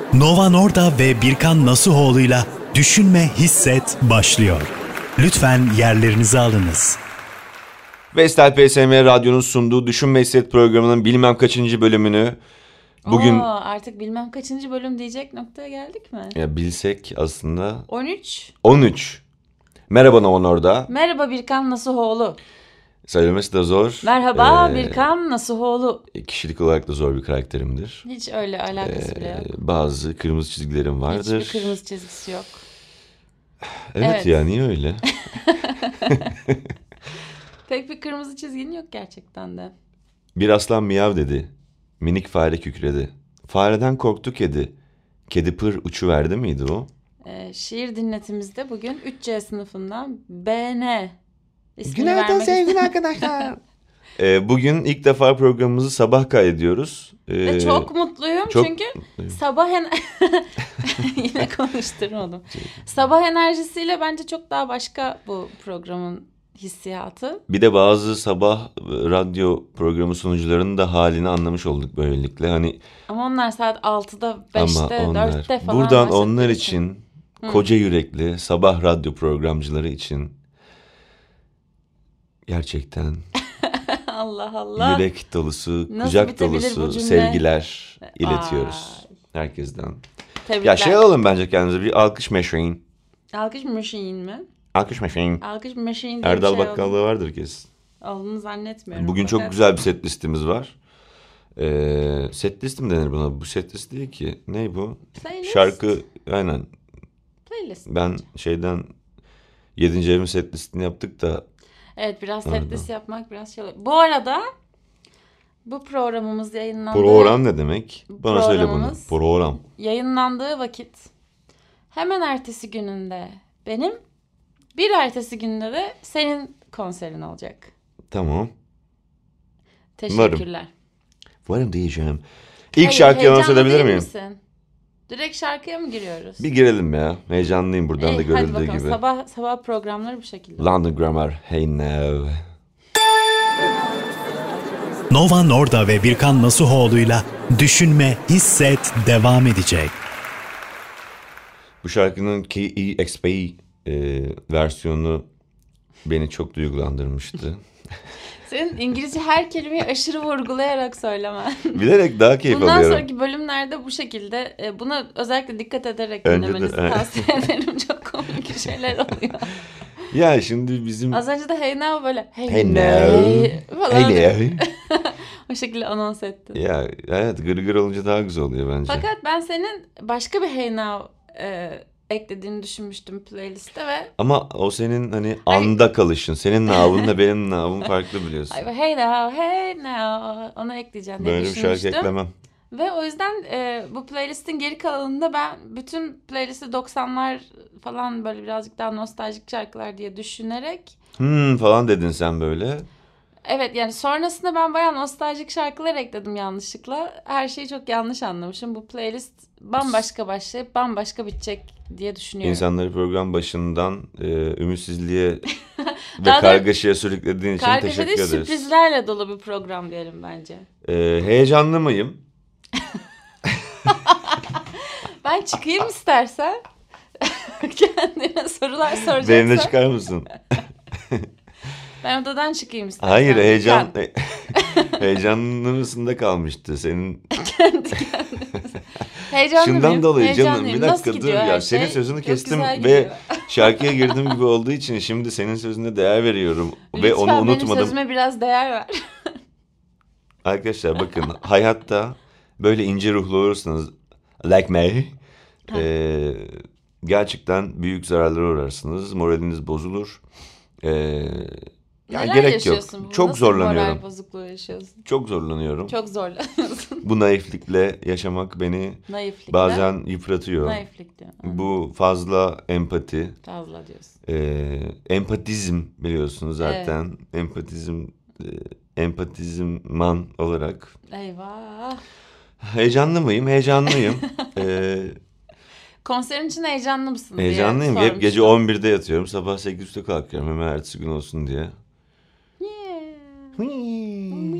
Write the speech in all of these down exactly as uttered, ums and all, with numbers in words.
Nova Norda ve Birkan Nasuhoğlu'yla Düşünme Hisset başlıyor. Lütfen yerlerinizi alınız. Vestel P S M Radyo'nun sunduğu Düşünme Hisset programının bilmem kaçıncı bölümünü bugün... Oo, artık bilmem kaçıncı bölüm diyecek noktaya geldik mi? Ya bilsek aslında... on üç. on üç. Merhaba Nova Norda. Merhaba Birkan Nasuhoğlu. Söylemesi de zor. Merhaba ee, Birkan Nasuhoğlu. Kişilik olarak da zor bir karakterimdir. Hiç öyle alakası ee, bile yok. Bazı kırmızı çizgilerim vardır. Hiçbir kırmızı çizgisi yok. Evet, evet. Ya niye öyle? Pek bir kırmızı çizgin yok gerçekten de. Bir aslan miyav dedi. Minik fare kükredi. Fareden korktu kedi. Kedi pır uçuverdi miydi o? Ee, şiir dinletimizde bugün üç C sınıfından B N ismini Günaydın vermek sevgili istedim. arkadaşlar. ee, bugün ilk defa programımızı sabah kaydediyoruz. Ee, Ve çok mutluyum çok çünkü mutluyum. sabah en... Yine konuşturmadım. Sabah enerjisiyle bence çok daha başka bu programın hissiyatı. Bir de bazı sabah radyo programı sunucularının da halini anlamış olduk böylelikle. Hani ama onlar saat altıda, beşte, onlar, dörtte falan. buradan onlar için, Hı. koca yürekli sabah radyo programcıları için gerçekten Allah Allah. yürek dolusu, nasıl kucak dolusu sevgiler iletiyoruz Aa. herkesten. Tebrikler. Ya şey alalım bence kendimize bir alkış machine. Alkış machine mi? Alkış machine. Alkış machine diye Erdal bir şey Bakkallığı vardır kesin. Olduğunu zannetmiyorum. Bugün fakat... çok güzel bir set listimiz var. Ee, set list mi denir buna? Bu set list değil ki. Ne bu? Playlist. Şarkı, aynen. Playlist. Ben şeyden yedinci evin set listini yaptık da. Evet, biraz set list yapmak biraz şey oluyor. Bu arada bu programımız yayınlandığı... Program ne demek? Bana söyle bunu. Program. Yayınlandığı vakit hemen ertesi gününde benim, bir ertesi günde de senin konserin olacak. Tamam. Teşekkürler. Varım, Varım diyeceğim. İlk Hayır, şarkıyı anons edebilir miyim? Misin? Direkt şarkıya mı giriyoruz? Bir girelim ya. Heyecanlıyım buradan Ey, da görüldüğü hadi bakalım. gibi. Sabah sabah programları bu şekilde. London Grammar, Hey Now. Nova Norda ve Birkan Nasuhoğlu'yla Düşünme Hisset devam edecek. Bu şarkının K E X P e, versiyonu beni çok duygulandırmıştı. Senin İngilizce her kelimeyi aşırı vurgulayarak söylemen. Bilerek daha keyif Bundan alıyorum. Bundan sonraki bölümlerde bu şekilde buna özellikle dikkat ederek dinlemenizi tavsiye ederim. Çok komik şeyler oluyor. Ya şimdi bizim... Az önce de Hey Now böyle Hey, hey Now falan. Hey Now. O şekilde anons ettin. Ya evet, gırgır olunca daha güzel oluyor bence. Fakat ben senin başka bir Hey Now e, eklediğini düşünmüştüm playliste ve... Ama o senin hani anda Ay... kalışın. Senin navunla benim navum farklı biliyorsun. Ay, hey now, hey now. Onu ekleyeceğim diye böyle düşünmüştüm. Böyle bir şarkı eklemem. Ve o yüzden e, bu playlistin geri kalanında ben bütün playlisti doksanlar falan böyle birazcık daha nostaljik şarkılar diye düşünerek... Hmm falan dedin sen böyle. Evet, yani sonrasında ben bayağı nostaljik şarkılar ekledim yanlışlıkla. Her şeyi çok yanlış anlamışım. Bu playlist bambaşka başlayıp bambaşka bitecek diye düşünüyorum. İnsanları program başından e, ümitsizliğe ve kargaşaya sürüklediğin için teşekkür ederiz. Kargaşa değil, sürprizlerle dolu bir program diyelim bence. E, heyecanlı mıyım? Ben çıkayım istersen. Kendine sorular soracaksan. Benimle çıkar mısın? Ben odadan çıkayım istersen. Hayır, heyecan heyecanlısında kalmıştı senin. Kendi kendimize. Heyecanlı Şundan mıyım? dolayı canım bir dakika dur ya. Şey? Senin sözünü Çok kestim ve şarkıya girdim gibi olduğu için şimdi senin sözüne değer veriyorum. Lütfen ve onu unutmadım. benim sözüme biraz değer ver. Arkadaşlar bakın, hayatta böyle ince ruhlu olursanız like me e, gerçekten büyük zararlara uğrarsınız. Moraliniz bozulur. Eee Ya Neler gerek yaşıyorsun? yok. Çok Nasıl zorlanıyorum. moral bozukluğu yaşıyorsun? Çok zorlanıyorum. Çok zorlanıyorsun. Bu naiflikle yaşamak beni naiflikle. bazen yıpratıyor. Naiflik diyor. Bu fazla empati. Fazla diyorsun. E, empatizm biliyorsunuz zaten. Evet. Empatizm, e, empatizman olarak. Eyvah. Heyecanlı mıyım? Heyecanlıyım. e, Konserin için heyecanlı mısın Heyecanlıyım. diye Hep gece on birde yatıyorum. Sabah sekizde kalkıyorum. Hemen ertesi gün olsun diye. Yeah. Yeah.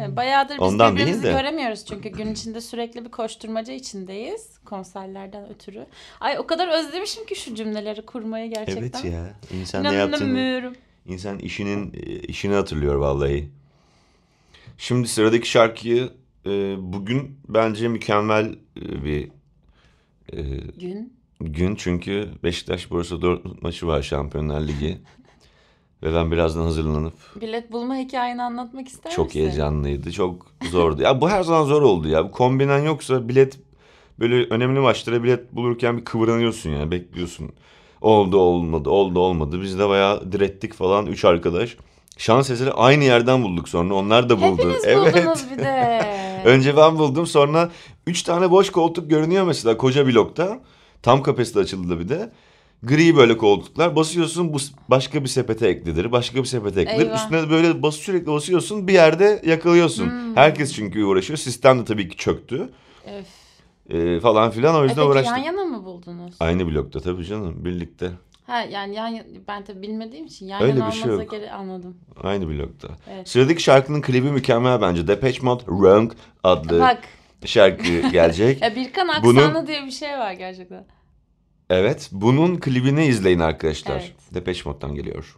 Yani bayağıdır biz Ondan birbirimizi değil de. göremiyoruz çünkü gün içinde sürekli bir koşturmaca içindeyiz konserlerden ötürü. Ay o kadar özlemişim ki şu cümleleri kurmayı gerçekten. Evet ya. İnsan ne yaptığını, İnanamıyorum. insan işinin işini hatırlıyor vallahi. Şimdi sıradaki şarkıyı e, bugün bence mükemmel e, bir e, Gün. gün. Çünkü Beşiktaş Borussia Dortmund maçı var, Şampiyonlar Ligi. Ve ben birazdan hazırlanıp Bilet bulma hikayeni anlatmak ister çok misin? heyecanlıydı. Çok zordu. Ya bu her zaman zor oldu ya. Bu kombinen yoksa bilet, böyle önemli maçlara bilet bulurken bir kıvranıyorsun yani, bekliyorsun. Oldu olmadı, oldu olmadı. Biz de bayağı direttik falan, üç arkadaş. Şans eseri aynı yerden bulduk sonra. Onlar da buldu. Hepiniz Evet. buldunuz bir de. Önce ben buldum, sonra üç tane boş koltuk görünüyor mesela koca blokta. Tam kapasite açıldı bir de. Gri böyle koltuklar. Basıyorsun, bu başka bir sepete eklenir. Başka bir sepete eklenir. Eyvah. Üstüne de böyle bas, sürekli basıyorsun. Bir yerde yakalıyorsun. Hmm. Herkes çünkü uğraşıyor. Sistem de tabii ki çöktü. Öf. Ee, falan filan. O E yüzden peki uğraştık. yan yana mı buldunuz? Aynı blokta tabii canım. Birlikte. Ha yani yan yana, ben tabii bilmediğim için yan Öyle yana bir şey olmasa yok. geri anladım. Aynı blokta. Evet. Sıradaki şarkının klibi mükemmel bence. Depeche Mode Wrong adlı Bak şarkı gelecek. ya Birkan aksanı Bunun- diye bir şey var gerçekten. Evet. Bunun klibini izleyin arkadaşlar. Evet. Depeche Mode'dan geliyor.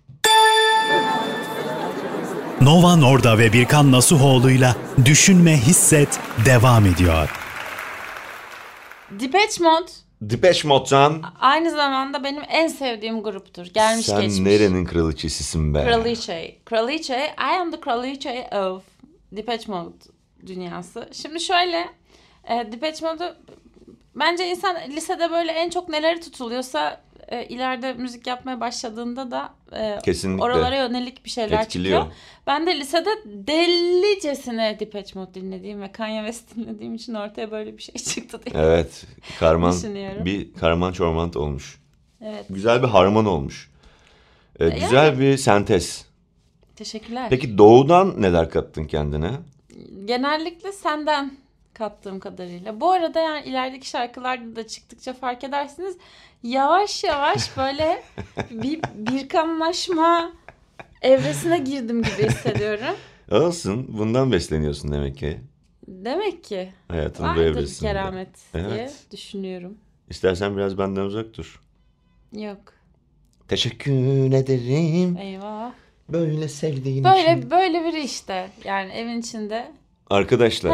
Nova Norda ve Birkan Nasuhoğlu'yla Düşünme Hisset devam ediyor. Depeche Mode Depeche Mode'dan aynı zamanda benim en sevdiğim gruptur. Gelmiş sen geçmiş. nerenin kraliçesisin be? Kraliçe. Kraliçe. I am the kraliçe of Depeche Mode dünyası. Şimdi şöyle. E, Depeche Mode'u bence insan lisede böyle en çok neleri tutuluyorsa e, ileride müzik yapmaya başladığında da e, Kesinlikle. oralara yönelik bir şeyler Etkiliyor. çıkıyor. Ben de lisede delicesine Depeche Mode dinlediğim ve Kanye West dinlediğim için ortaya böyle bir şey çıktı diye. Evet. Karman Düşünüyorum. bir karman çorman olmuş. Evet. Güzel bir harman olmuş. Ee, Yani- güzel bir sentez. Teşekkürler. Peki doğudan neler kattın kendine? Genellikle senden kattığım kadarıyla. Bu arada yani ilerideki şarkılarda da çıktıkça fark edersiniz. Yavaş yavaş böyle bir birkanlaşma evresine girdim gibi hissediyorum. Olsun. Bundan besleniyorsun demek ki. Demek ki Hayatın bu vardır bir evresinde. keramet diye Evet. düşünüyorum. İstersen biraz benden uzak dur. Yok. Teşekkür ederim. Eyvah. Böyle sevdiğin için. Böyle böyle biri işte. Yani evin içinde Arkadaşlar.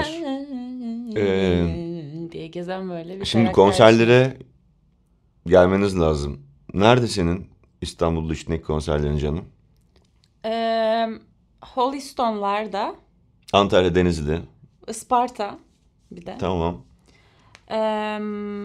diye gezen böyle bir Şimdi karakter. konserlere gelmeniz lazım. Nerede senin İstanbul dışındaki konserlerin canım? Ee, Holy Stone'larda, Antalya Denizli. Isparta bir de. Tamam. Ee,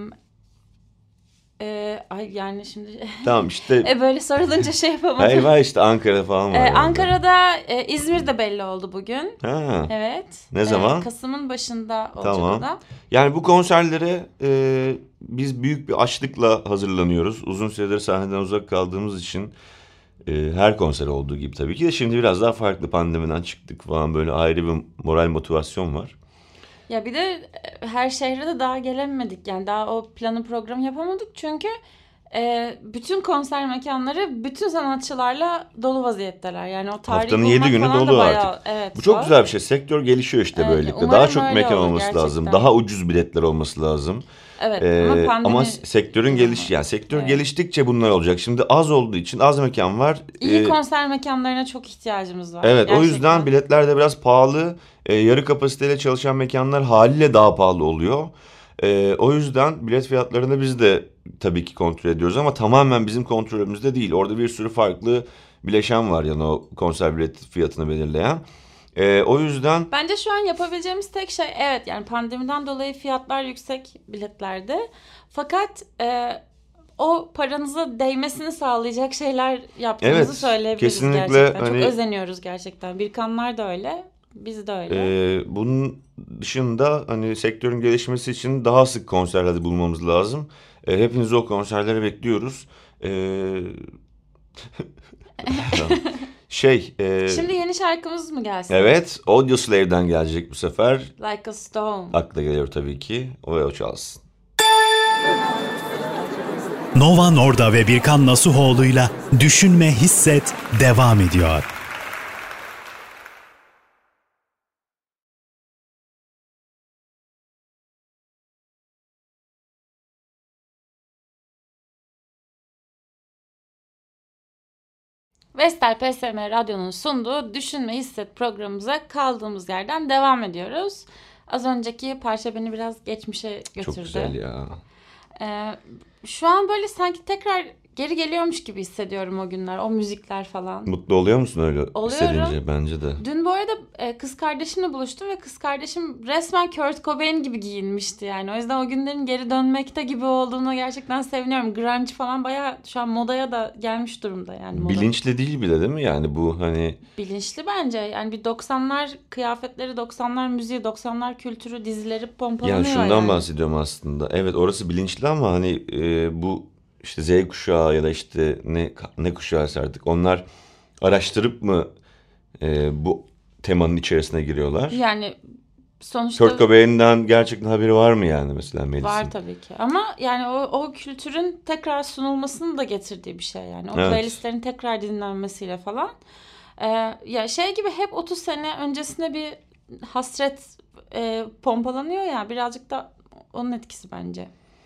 e, ay yani şimdi Tamam işte. e, böyle sorulunca şey yapamadım. Hayır var işte Ankara falan var. Ee, orada. Ankara'da, e, İzmir'de belli oldu bugün. Ha. Evet. Ne zaman? Ee, Kasım'ın başında olacak Tamam. o da. Yani bu konserlere e, biz büyük bir açlıkla hazırlanıyoruz. Uzun süredir sahneden uzak kaldığımız için e, her konser olduğu gibi tabii ki de şimdi biraz daha farklı, pandemiden çıktık falan, böyle ayrı bir moral motivasyon var. Ya bir de e, her şehre de daha gelemedik. Yani daha o planı programı yapamadık. Çünkü e, bütün konser mekanları bütün sanatçılarla dolu vaziyetteler. Yani o tarihi Haftanın bulmak yedi günü falan da dolu bayağı, artık. evet, Bu çok zor. güzel bir şey. Sektör gelişiyor işte Evet, böylelikle. umarım Daha çok öyle mekan olur olması gerçekten. lazım. Daha ucuz biletler olması lazım. Evet Ee, ama pandemi... ama sektörün geliş yani sektör Evet. geliştikçe bunlar olacak. Şimdi az olduğu için az mekan var. İyi Ee, konser mekanlarına çok ihtiyacımız var. Evet, o gerçekten. yüzden biletler de biraz pahalı. Ee, yarı kapasiteyle çalışan mekanlar haliyle daha pahalı oluyor. Ee, o yüzden bilet fiyatlarını biz de tabii ki kontrol ediyoruz ama tamamen bizim kontrolümüzde değil. Orada bir sürü farklı bileşen var yani o konser bilet fiyatını belirleyen. Ee, o yüzden Bence şu an yapabileceğimiz tek şey, evet yani pandemiden dolayı fiyatlar yüksek biletlerde. Fakat e, o paranıza değmesini sağlayacak şeyler yaptığımızı Evet, söyleyebiliriz kesinlikle gerçekten. hani- Çok özeniyoruz gerçekten. Birkanlar da öyle, biz de öyle. Ee, bunun dışında hani sektörün gelişmesi için daha sık konserlerde bulmamız lazım. Ee, hepinizi o konserlere bekliyoruz. Ee, şey, e, Şimdi yeni şarkımız mı gelsin? evet, Audioslave'den gelecek bu sefer. Like a Stone. Akla geliyor tabii ki. O ve o çalsın. Nova Norda ve Birkan Nasuhoğlu'yla Düşünme Hisset devam ediyor. Vestel P S M Radyo'nun sunduğu Düşünme Hisset programımıza kaldığımız yerden devam ediyoruz. Az önceki parça beni biraz geçmişe götürdü. Çok güzel ya. Ee, şu an böyle sanki tekrar geri geliyormuş gibi hissediyorum o günler, o müzikler falan. Mutlu oluyor musun öyle Oluyorum. hissedince? Bence de. Dün bu arada e, kız kardeşimle buluştum ve kız kardeşim resmen Kurt Cobain gibi giyinmişti yani. O yüzden o günlerin geri dönmekte gibi olduğunu gerçekten seviniyorum. Grunge falan bayağı şu an modaya da gelmiş durumda yani. Moda. Bilinçli değil bile değil mi yani bu hani? Bilinçli bence. Yani bir doksanlar kıyafetleri, doksanlar müziği, doksanlar kültürü, dizileri pompalanıyor Yani şundan yani. bahsediyorum aslında. Evet, orası bilinçli ama hani e, bu işte Z kuşağı ya da işte ne ne kuşağı artık, onlar araştırıp mı e, bu temanın içerisine giriyorlar? Yani sonuçta Kurt Cobain'den gerçekten haberi var mı yani mesela Melis'in? var tabii ki. Ama yani o, o kültürün tekrar sunulmasını da getirdiği bir şey yani. O Evet. playlistlerin tekrar dinlenmesiyle falan. Ee, ya şey gibi hep otuz sene öncesine bir hasret e, pompalanıyor ya. Birazcık da onun etkisi bence.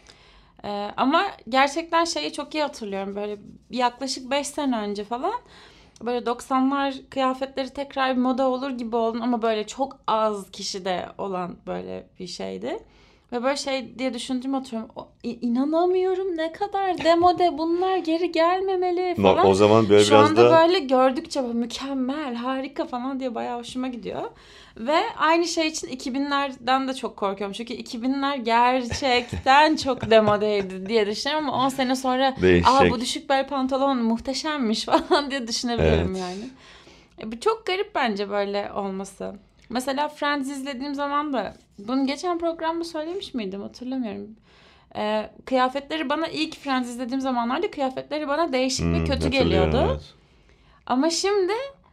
Ee, ama gerçekten şeyi çok iyi hatırlıyorum. Böyle yaklaşık beş sene önce falan. Böyle doksanlar kıyafetleri tekrar bir moda olur gibi oldu ama böyle çok az kişide olan böyle bir şeydi. Ve böyle şey diye düşündüğümü hatırlıyorum. O, inanamıyorum, ne kadar demode, bunlar geri gelmemeli falan. O zaman böyle Şu biraz anda da böyle gördükçe böyle mükemmel, harika falan diye bayağı hoşuma gidiyor. Ve aynı şey için iki binlerden de çok korkuyorum. Çünkü iki binler gerçekten çok demodeydi diye düşünüyorum ama on sene sonra değişecek. aa bu düşük bel pantolon muhteşemmiş falan diye düşünebilirim Evet. yani. E, bu çok garip bence böyle olması. Mesela Friends izlediğim zaman da, bunu geçen programda söylemiş miydim hatırlamıyorum. Ee, kıyafetleri bana ilk Friends izlediğim zamanlarda kıyafetleri bana değişik Hmm, ve kötü hatırlıyorum, geliyordu. evet. Ama şimdi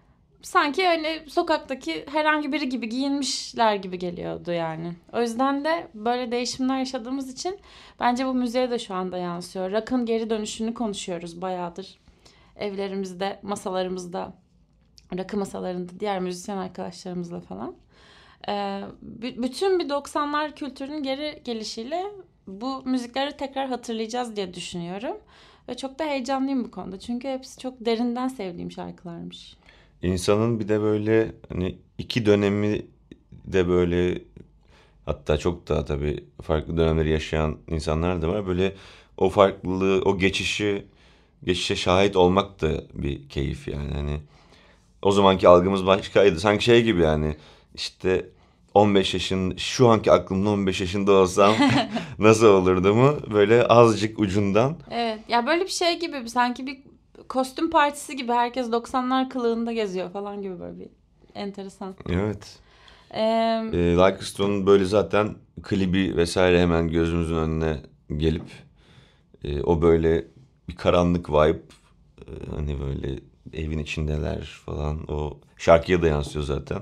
sanki öyle sokaktaki herhangi biri gibi giyinmişler gibi geliyordu yani. O yüzden de böyle değişimler yaşadığımız için bence bu müziğe de şu anda yansıyor. Rock'ın geri dönüşünü konuşuyoruz bayağıdır. Evlerimizde, masalarımızda, rakı masalarında, diğer müzisyen arkadaşlarımızla falan. Ee, b- bütün bir doksanlar kültürünün geri gelişiyle bu müzikleri tekrar hatırlayacağız diye düşünüyorum. Ve çok da heyecanlıyım bu konuda. Çünkü hepsi çok derinden sevdiğim şarkılarmış. İnsanın bir de böyle hani iki dönemi de böyle, hatta çok daha tabii farklı dönemleri yaşayan insanlar da var. Böyle o farklılığı, o geçişi, geçişe şahit olmak da bir keyif yani. Hani o zamanki algımız başkaydı. Sanki şey gibi yani, işte on beş yaşın, şu anki aklımda on beş yaşında olsam nasıl olurdu mu? Böyle azıcık ucundan. Evet. Ya böyle bir şey gibi, sanki bir kostüm partisi gibi herkes doksanlar kılığında geziyor falan gibi, böyle bir enteresan. Evet. Ee, E, Like a Stone'un böyle zaten klibi vesaire hemen gözümüzün önüne gelip e, o böyle bir karanlık vibe, e, hani böyle evin içindeler falan, o şarkıya da yansıyor zaten.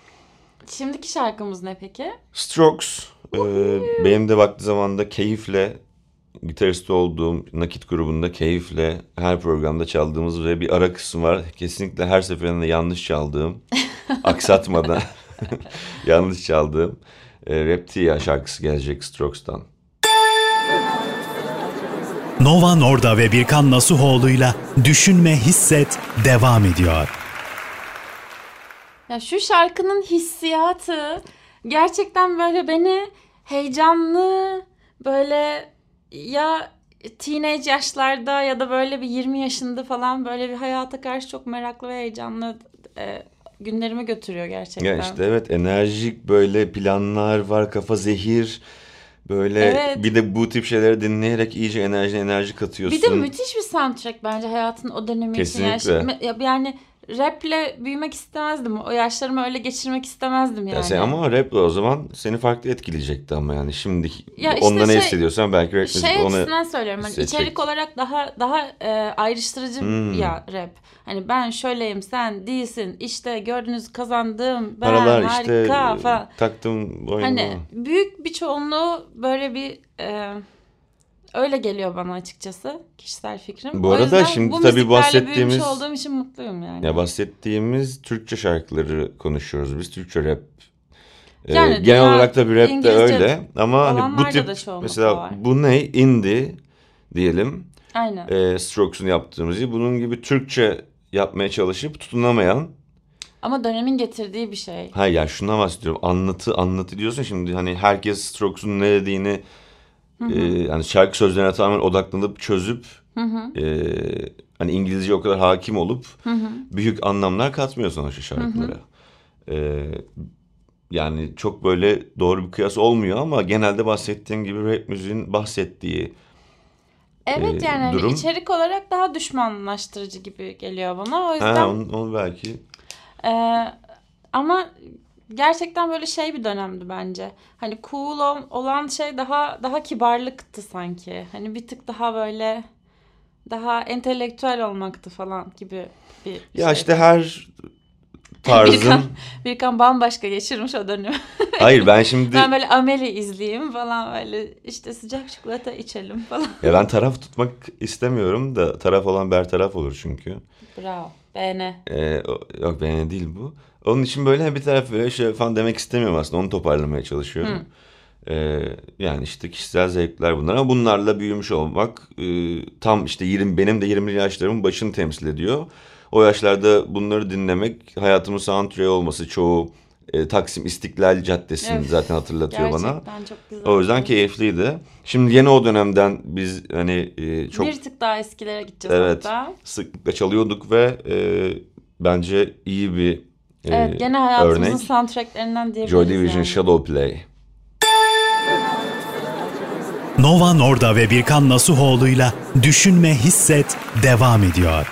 Şimdiki şarkımız ne peki? Strokes, e, benim de vakti zamanında keyifle gitarist olduğum Nakit grubunda keyifle her programda çaldığımız ve bir ara kısım var. Kesinlikle her seferinde yanlış çaldığım, aksatmadan yanlış çaldığım e, Reptilia şarkısı gelecek Strokes'tan. Nova Norda ve Birkan Nasuhoğlu'yla Düşünme Hisset devam ediyor. Ya şu şarkının hissiyatı gerçekten böyle beni heyecanlı, böyle ya teenage yaşlarda ya da böyle bir yirmi yaşında falan böyle bir hayata karşı çok meraklı ve heyecanlı e, günlerime götürüyor gerçekten. Ya işte evet, enerjik böyle planlar var, kafa zehir. Böyle Evet. bir de bu tip şeyleri dinleyerek iyice enerji enerji katıyorsun. Bir de müthiş bir soundtrack bence hayatın o dönemi Kesinlikle. için. Yani, şimdi- yani raple büyümek istemezdim. O yaşlarımı öyle geçirmek istemezdim yani. Ya sen ama rap o zaman seni farklı etkileyecekti ama yani şimdi Ya işte onda ne şey- hissediyorsan belki rap müzik Şey onu açısından söylüyorum. Hani hissedecek. içerik olarak daha daha e, ayrıştırıcı Hmm. ya rap. Hani ben şöyleyim, sen değilsin. İşte gördünüz, kazandım. Ben paralar harika işte falan. taktım boynuma. Hani büyük bir çoğunluğu böyle bir e, öyle geliyor bana açıkçası, kişisel fikrim. Bu O arada yüzden şimdi bu tabii müziklerle bahsettiğimiz- büyümüş olduğum için mutluyum yani. Ya bahsettiğimiz Türkçe şarkıları konuşuyoruz biz, Türkçe rap. Ee, Yani genel dünya olarak tabii rap de İngilizce öyle ama hani bu olanlarda tip da çoğunluk mesela var. bu ne, indie diyelim. Aynen. e, Strokes'un yaptığı müziği. Bunun gibi Türkçe yapmaya çalışıp tutunamayan. Ama dönemin getirdiği bir şey. Hayır ya şundan bahsediyorum. Anlatı anlatı diyorsun şimdi hani herkes Strokes'un ne dediğini e, yani şarkı sözlerine tamamen odaklanıp çözüp Hı hı. e, hani İngilizce o kadar hakim olup Hı hı. büyük anlamlar katmıyor sonuçta şarkılara. Hı hı. E, yani çok böyle doğru bir kıyas olmuyor ama genelde bahsettiğim gibi rap müziğin bahsettiği Evet e, yani hani durum. içerik olarak daha düşmanlaştırıcı gibi geliyor bana. O yüzden Ha, onu, onu belki. e, ama gerçekten böyle şey bir dönemdi bence. Hani cool ol- olan şey daha daha kibarlıktı sanki. Hani bir tık daha böyle daha entelektüel olmaktı falan gibi bir Ya şeydi. işte her tarzın. Birkan, Birkan bambaşka geçirmiş o dönemi. Hayır ben şimdi. Ben böyle Ameli izleyeyim falan böyle işte sıcak çikolata içelim falan. Ya ben taraf tutmak istemiyorum da taraf olan bertaraf olur çünkü. Bravo. Beğene. Ee, o- yok beğeni değil bu. Onun için böyle bir taraf böyle şey falan demek istemiyorum aslında. Onu toparlamaya çalışıyorum. Ee, yani işte kişisel zevkler bunlar ama bunlarla büyümüş olmak e, tam işte yirmi benim de yirmili yaşlarımın başını temsil ediyor. O yaşlarda bunları dinlemek hayatımın soundtrack'i olması çoğu e, Taksim İstiklal Caddesi'ni Evet. zaten hatırlatıyor bana. Gerçekten çok güzel. O yüzden keyifliydi. Şimdi yine o dönemden biz hani e, çok Bir tık daha eskilere gideceğiz evet hatta. sıklıkla çalıyorduk ve e, bence iyi bir e, Evet gene hayatımızın örnek. soundtracklerinden diyebiliriz Joy Division yani. Shadow Play. Nova Norda ve Birkan Nasuhoğlu'yla Düşünme Hisset devam ediyor.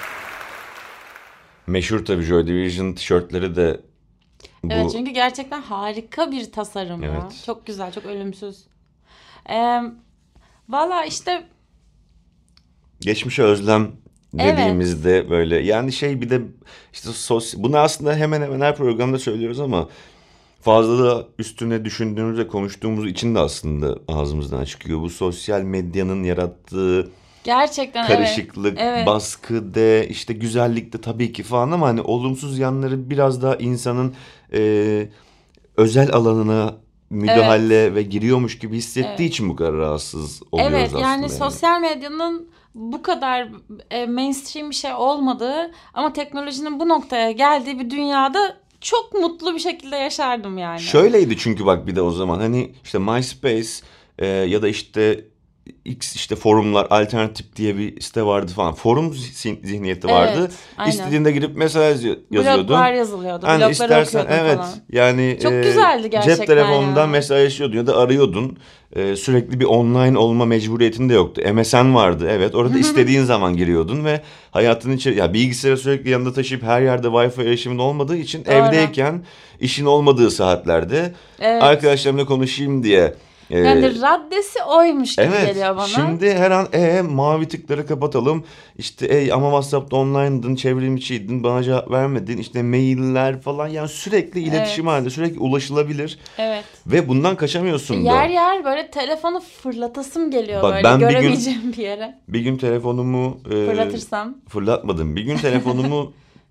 Meşhur tabii Joy Division tişörtleri de bu. Evet çünkü gerçekten harika bir tasarım ya. Evet. Çok güzel, çok ölümsüz. Ee, Valla işte Geçmişe özlem dediğimizde böyle yani şey bir de işte sosyal, bunu aslında hemen hemen her programda söylüyoruz ama fazla da üstüne düşündüğümüz ve konuştuğumuz için de aslında ağzımızdan çıkıyor. Bu sosyal medyanın yarattığı gerçekten karışıklık, evet. Evet. baskı de işte güzellik de tabii ki falan ama hani olumsuz yanları biraz daha insanın e, özel alanına müdahale Evet. ve giriyormuş gibi hissettiği Evet. için bu kadar rahatsız oluyoruz Evet aslında. yani sosyal medyanın bu kadar e, mainstream bir şey olmadığı ama teknolojinin bu noktaya geldiği bir dünyada çok mutlu bir şekilde yaşardım yani. Şöyleydi çünkü bak bir de o zaman hani işte MySpace e, ya da işte X işte forumlar alternatif diye bir site vardı falan. Forum zih- zihniyeti vardı. Evet, aynen. İstediğinde girip mesaj yazıyordun. Bloglar yazılıyordu. Hani Blogları istersen okuyordun evet falan. yani Çok e, güzeldi gerçekten cep telefonundan ya. mesajlaşıyordun ya da arıyordun. E, sürekli bir online olma mecburiyetin de yoktu. M S N vardı evet. Orada istediğin zaman giriyordun ve hayatın içi ya bilgisayarı sürekli yanında taşıyıp her yerde Wi-Fi erişimin olmadığı için Doğru. evdeyken işin olmadığı saatlerde Evet. arkadaşlarımla konuşayım diye. e, Yani raddesi oymuş gibi Evet, geliyor bana. şimdi her an e mavi tıkları kapatalım. İşte ey ama WhatsApp'ta online'dın, çevrim içiydin, bana cevap vermedin. İşte mailler falan yani sürekli iletişim Evet. halinde, sürekli ulaşılabilir. Evet. Ve bundan kaçamıyorsun da. Yer yer böyle telefonu fırlatasım geliyor Bak böyle ben bir gün- göremeyeceğim bir yere. Bir gün telefonumu e, Fırlatırsam. fırlatmadım. Bir gün telefonumu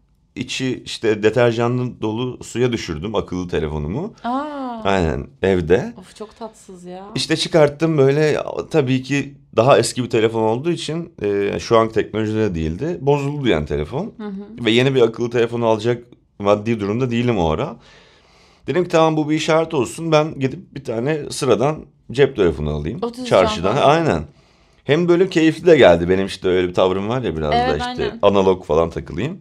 içi işte deterjanlı dolu suya düşürdüm akıllı telefonumu. Aa. Aynen evde. Of çok tatsız ya. İşte çıkarttım böyle tabii ki daha eski bir telefon olduğu için e, şu an teknolojide de değildi. Bozuldu yani telefon. Hı hı. Ve yeni bir akıllı telefon alacak maddi durumda değilim o ara. Dedim ki tamam bu bir işaret olsun. Ben gidip bir tane sıradan cep telefonu alayım. otuz Çarşıdan. can falan. Aynen. Hem böyle keyifli de geldi. Benim işte öyle bir tavrım var ya biraz da Evet, işte aynen. analog falan takılayım.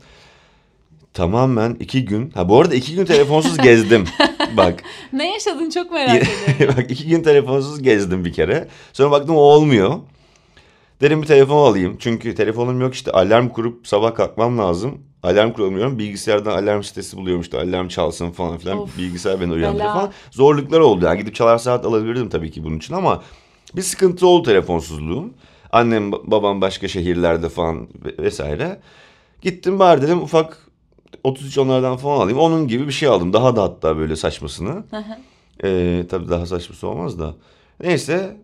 Tamamen iki gün. Ha bu arada iki gün telefonsuz gezdim. Bak. Ne yaşadın çok merak ediyorum. Bak iki gün telefonsuz gezdim bir kere. Sonra baktım o olmuyor. Dedim bir telefon alayım. Çünkü telefonum yok işte alarm kurup sabah kalkmam lazım. Alarm kuramıyorum. Bilgisayardan alarm sitesi buluyorum işte alarm çalsın falan filan. Of, Bilgisayar beni uyandırıyor bela. falan. Zorluklar oldu yani gidip çalar saat alabilirdim tabii ki bunun için ama bir sıkıntı oldu telefonsuzluğum. Annem babam başka şehirlerde falan vesaire. Gittim bari dedim ufak otuz üç onlardan falan alayım. Onun gibi bir şey aldım. Daha da hatta böyle saçmasını. Ee, tabii daha saçması olmaz da. Neyse.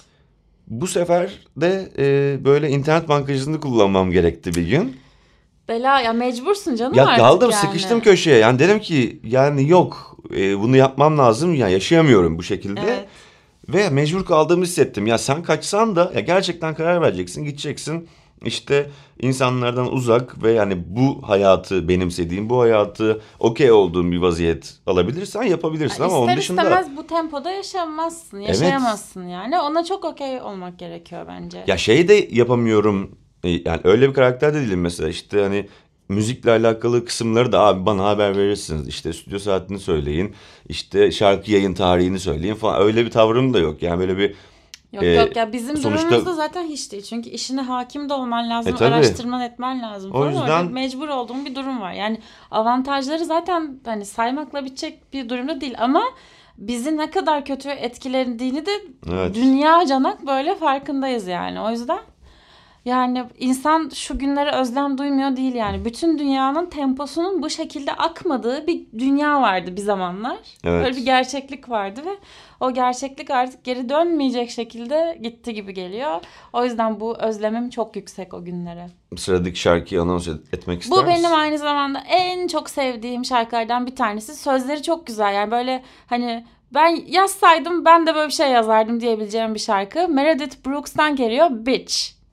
Bu sefer de e, böyle internet bankacılığını kullanmam gerekti bir gün. Bela ya mecbursun canım Ya artık kaldım yani. sıkıştım köşeye. Yani dedim ki yani yok e, bunu yapmam lazım. Ya yaşayamıyorum bu şekilde. Evet. Ve mecbur kaldığımı hissettim. Ya sen kaçsan da ya gerçekten karar vereceksin. Gideceksin. işte insanlardan uzak ve yani bu hayatı benimsediğin, bu hayatı okey olduğun bir vaziyet alabilirsen yapabilirsin. Ya ama onun ister dışında... istemez bu tempoda yaşamazsın, yaşayamazsın evet. Yani. Ona çok okey olmak gerekiyor bence. Ya şey de yapamıyorum, yani öyle bir karakter de değilim mesela, işte hani müzikle alakalı kısımları da abi bana haber verirsiniz. İşte stüdyo saatini söyleyin, işte şarkı yayın tarihini söyleyin falan, öyle bir tavrım da yok. Yani böyle bir Yok ee, yok ya bizim sonuçta... durumumuzda zaten hiç değil. Çünkü işine hakim de olman lazım, e, araştırman etmen lazım falan. O yüzden... Orada mecbur olduğum bir durum var. Yani avantajları zaten hani saymakla bitecek bir durumda değil ama bizi ne kadar kötü etkilendiğini de evet. dünya canak böyle farkındayız yani. O yüzden yani insan şu günlere özlem duymuyor değil yani. Bütün dünyanın temposunun bu şekilde akmadığı bir dünya vardı bir zamanlar. Evet. Böyle bir gerçeklik vardı ve o gerçeklik artık geri dönmeyecek şekilde gitti gibi geliyor. O yüzden bu özlemim çok yüksek o günlere. Sıradaki şarkıyı anons etmek ister Bu misin? benim aynı zamanda en çok sevdiğim şarkılardan bir tanesi. Sözleri çok güzel yani böyle hani... Ben yazsaydım ben de böyle bir şey yazardım diyebileceğim bir şarkı. Meredith Brooks'tan geliyor Bitch.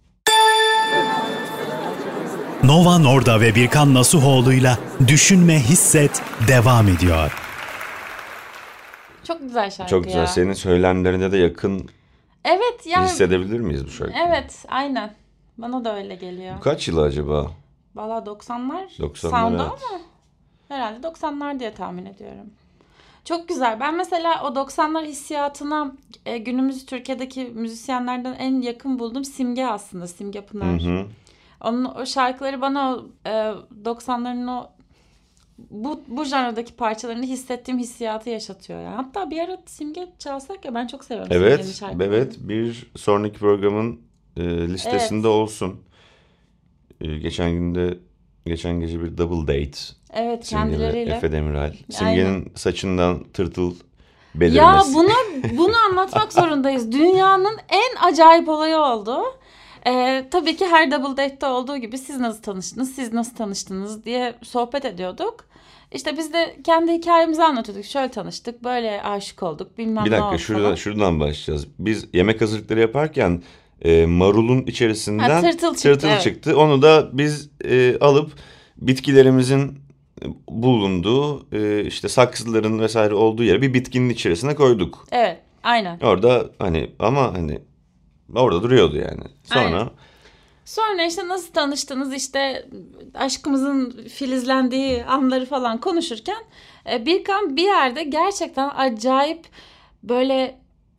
Nova Norda ve Birkan Nasuhoğlu'yla Düşünme Hisset devam ediyor. Çok güzel şarkı Çok güzel. Ya. Senin söylemlerine de yakın evet, yani, hissedebilir miyiz bu şarkıyı? Evet aynen. Bana da öyle geliyor. Bu kaç yılı acaba? Valla doksanlar. doksanlar Sound'u evet. ama herhalde doksanlar diye tahmin ediyorum. Çok güzel. Ben mesela o doksanlar hissiyatına e, günümüz Türkiye'deki müzisyenlerden en yakın bulduğum Simge aslında. Simge Pınar. Hı hı. Onun o şarkıları bana o e, doksanların o bu bu janrdaki parçalarını hissettiğim hissiyatı yaşatıyor yani. Hatta bir ara Simge çalsak ya, ben çok seviyorum evet, Simge'nin şarkılarını. Evet, bir sonraki programın e, listesinde evet. olsun. E, geçen günde geçen gece bir double date. Evet, Simge kendileriyle. Efe Demiral. Simge'nin saçından tırtıl belirmesi. Ya bunu bunu anlatmak zorundayız. Dünyanın en acayip olayı oldu. Ee, tabii ki her double date'te olduğu gibi siz nasıl tanıştınız, siz nasıl tanıştınız diye sohbet ediyorduk. İşte biz de kendi hikayemizi anlatıyorduk. Şöyle tanıştık, böyle aşık olduk, bilmem bir ne dakika, oldu şuradan, falan. şuradan başlayacağız. Biz yemek hazırlıkları yaparken e, marulun içerisinden ha, tırtıl, tırtıl çıktı. Evet. çıktı. Onu da biz e, alıp bitkilerimizin bulunduğu e, işte saksıların vesaire olduğu yere bir bitkinin içerisine koyduk. Evet, aynen. Orada hani ama hani orada duruyordu yani. Sonra aynen. Sonra işte nasıl tanıştınız, işte aşkımızın filizlendiği anları falan konuşurken Birkan bir yerde gerçekten acayip böyle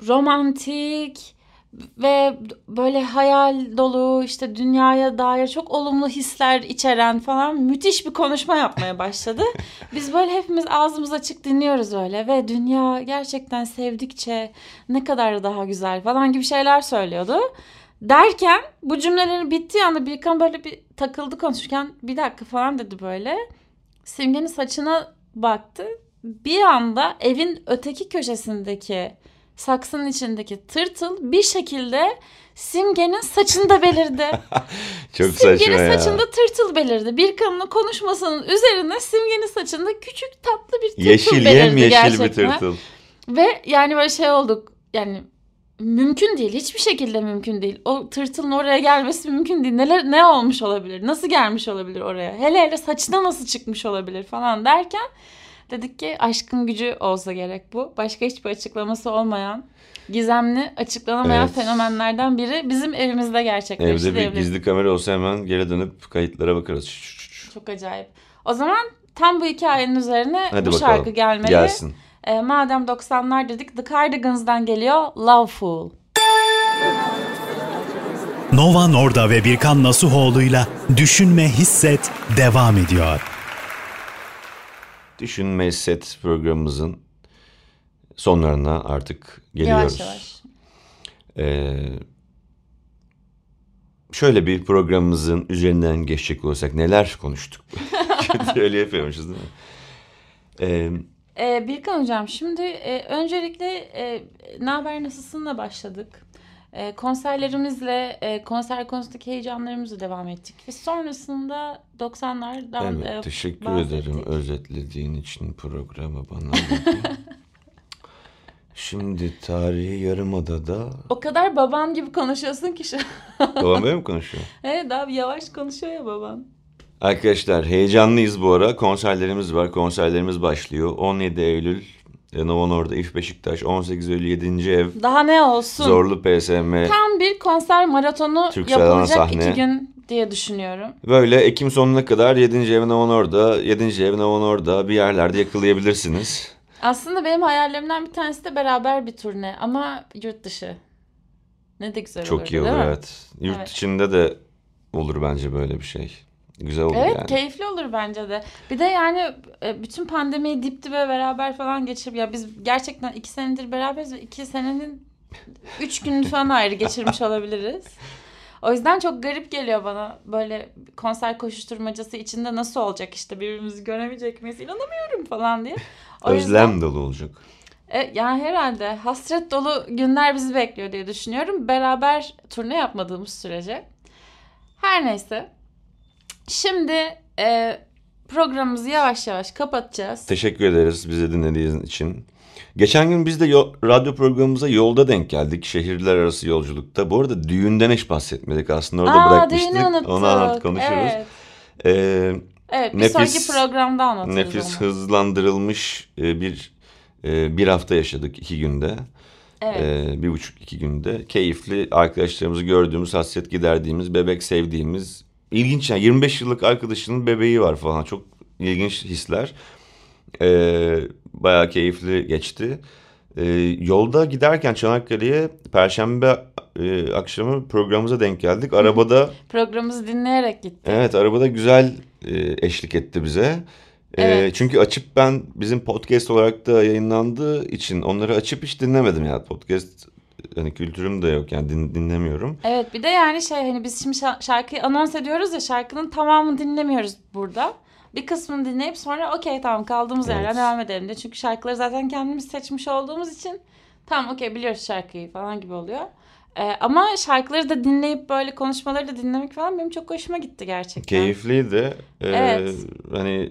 romantik ve böyle hayal dolu, işte dünyaya dair çok olumlu hisler içeren falan müthiş bir konuşma yapmaya başladı. Biz böyle hepimiz ağzımız açık dinliyoruz öyle ve dünya gerçekten sevdikçe ne kadar daha güzel falan gibi şeyler söylüyordu. Derken bu cümleleri bittiği anda Birkan böyle bir takıldı konuşurken, bir dakika falan dedi böyle. Simge'nin saçına baktı. Bir anda evin öteki köşesindeki saksının içindeki tırtıl bir şekilde Simge'nin saçında belirdi. Çok saçma ya. Simge'nin saçında tırtıl belirdi. Birkan'ın konuşmasının üzerine Simge'nin saçında küçük tatlı bir tırtıl yeşil, belirdi yeşil gerçekten. bir tırtıl. Ve yani böyle şey olduk. Yani mümkün değil. Hiçbir şekilde mümkün değil. O tırtılın oraya gelmesi mümkün değil. Neler, ne olmuş olabilir? Nasıl gelmiş olabilir oraya? Hele hele saçına nasıl çıkmış olabilir falan derken dedik ki aşkın gücü olsa gerek bu. Başka hiçbir açıklaması olmayan, gizemli, açıklanamayan evet. fenomenlerden biri bizim evimizde gerçekleşti. Evde bir gizli kamera olsa hemen geri dönüp kayıtlara bakarız. Çok acayip. O zaman tam bu hikayenin üzerine hadi bu bakalım. Şarkı gelmeli. Gelsin. E, madem doksanlar dedik, The Cardigans'dan geliyor Love Fool. Nova Norda ve Birkan Nasuhoğlu'yla Düşünme Hisset devam ediyor. Düşünme Hisset programımızın sonlarına artık geliyoruz. Yavaş yavaş. Ee, şöyle bir programımızın üzerinden geçecek olursak neler konuştuk? Öyle yapıyormuşuz değil mi? Ee, Ee, Birkan Hocam, şimdi e, öncelikle e, Ne Haber Nasılsın'la başladık. E, konserlerimizle, e, konser konusundaki heyecanlarımızla devam ettik. Ve sonrasında doksanlardan evet, e, teşekkür bahsettik. ederim özetlediğin için programı bana. Şimdi tarihi Yarımada'da... O kadar baban gibi konuşuyorsun ki şu. Babam böyle mi konuşuyor? Evet abi, yavaş konuşuyor ya baban. Arkadaşlar heyecanlıyız bu ara. Konserlerimiz var. Konserlerimiz başlıyor. on yedi Eylül Nova Norda, İF Beşiktaş. on sekiz Eylül yedinci Ev. Daha ne olsun? Zorlu P S M. Tam bir konser maratonu Türksel yapılacak sahne. iki gün diye düşünüyorum. Böyle Ekim sonuna kadar yedinci Ev Nova Norda, yedinci Ev Nova Norda bir yerlerde yakalayabilirsiniz. Aslında benim hayallerimden bir tanesi de beraber bir turne ama yurt dışı. Ne de güzel olur. Çok iyi olur, evet. Yurt Evet. içinde de olur bence böyle bir şey. Güzel olur Evet, yani. keyifli olur bence de. Bir de yani bütün pandemiyi dip dibe beraber falan geçirip, ya biz gerçekten iki senedir beraberiz ve iki senenin üç gününü falan ayrı geçirmiş olabiliriz. O yüzden çok garip geliyor bana böyle konser koşuşturmacası içinde nasıl olacak, işte birbirimizi göremeyecek miyiz, inanamıyorum falan diye. O Özlem yüzden, dolu olacak. e, yani herhalde hasret dolu günler bizi bekliyor diye düşünüyorum. Beraber turne yapmadığımız sürece. Her neyse. Şimdi e, programımızı yavaş yavaş kapatacağız. Teşekkür ederiz bizi dinlediğiniz için. Geçen gün biz de yo- radyo programımıza yolda denk geldik. Şehirler arası yolculukta. Bu arada düğünden hiç bahsetmedik aslında. Orada Aa, bırakmıştık. düğünü unuttuk. Onu anlat, konuşuruz. Evet, Ee, evet bir Nefis- sonraki programda anlatırız nefis onu. hızlandırılmış e, bir e, bir hafta yaşadık iki günde. Evet. Ee, bir buçuk iki günde. Keyifli, arkadaşlarımızı gördüğümüz, hasret giderdiğimiz, bebek sevdiğimiz. İlginç yani, yirmi beş yıllık arkadaşının bebeği var falan. Çok ilginç hisler. Ee, bayağı keyifli geçti. Ee, yolda giderken Çanakkale'ye Perşembe e, akşamı programımıza denk geldik. Arabada, Programımızı dinleyerek gittik. evet, arabada güzel e, eşlik etti bize. Ee, Evet. Çünkü açıp ben, bizim podcast olarak da yayınlandığı için onları açıp hiç dinlemedim ya. Podcast hani kültürüm de yok yani, din, dinlemiyorum. Evet, bir de yani şey, hani biz şimdi şa- şarkıyı anons ediyoruz ya, şarkının tamamını dinlemiyoruz burada. Bir kısmını dinleyip sonra okey tamam kaldığımız Evet. yerden devam edelim diye. Çünkü şarkıları zaten kendimiz seçmiş olduğumuz için tamam okey biliyoruz şarkıyı falan gibi oluyor. Ee, ama şarkıları da dinleyip böyle konuşmaları da dinlemek falan benim çok hoşuma gitti gerçekten. Keyifliydi. Ee, Evet. Hani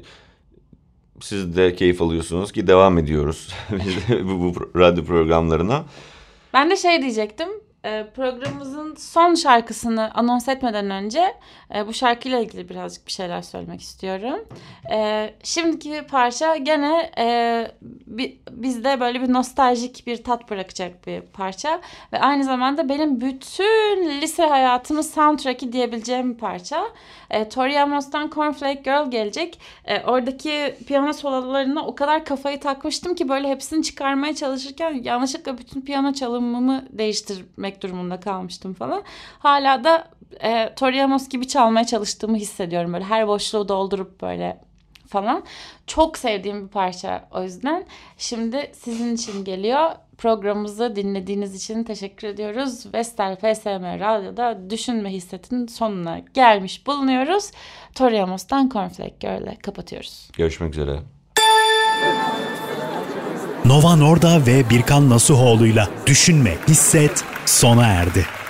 siz de keyif alıyorsunuz ki devam ediyoruz biz de bu, bu radyo programlarına. Ben de şey diyecektim. e, Programımızın son şarkısını anons etmeden önce e, bu şarkıyla ilgili birazcık bir şeyler söylemek istiyorum. E, Şimdiki parça gene e, bi- bizde böyle bir nostaljik bir tat bırakacak bir parça. Ve aynı zamanda benim bütün lise hayatımın soundtrack'i diyebileceğim bir parça. E, Tori Amos'tan Cornflake Girl gelecek. E, oradaki piyano sololarına o kadar kafayı takmıştım ki böyle hepsini çıkarmaya çalışırken yanlışlıkla bütün piyano çalımımı değiştirmek durumunda kalmıştım falan. Hala da e, Tori Amos gibi çalmaya çalıştığımı hissediyorum. Böyle her boşluğu doldurup böyle falan. Çok sevdiğim bir parça o yüzden. Şimdi sizin için geliyor. Programımızı dinlediğiniz için teşekkür ediyoruz. Vestel F S M Radyo'da Düşünme Hisset'in sonuna gelmiş bulunuyoruz. Tori Amos'tan Cornflake Girl'le kapatıyoruz. Görüşmek üzere. Nova Norda ve Birkan Nasuhoğlu'yla Düşünme, Hisset sona erdi.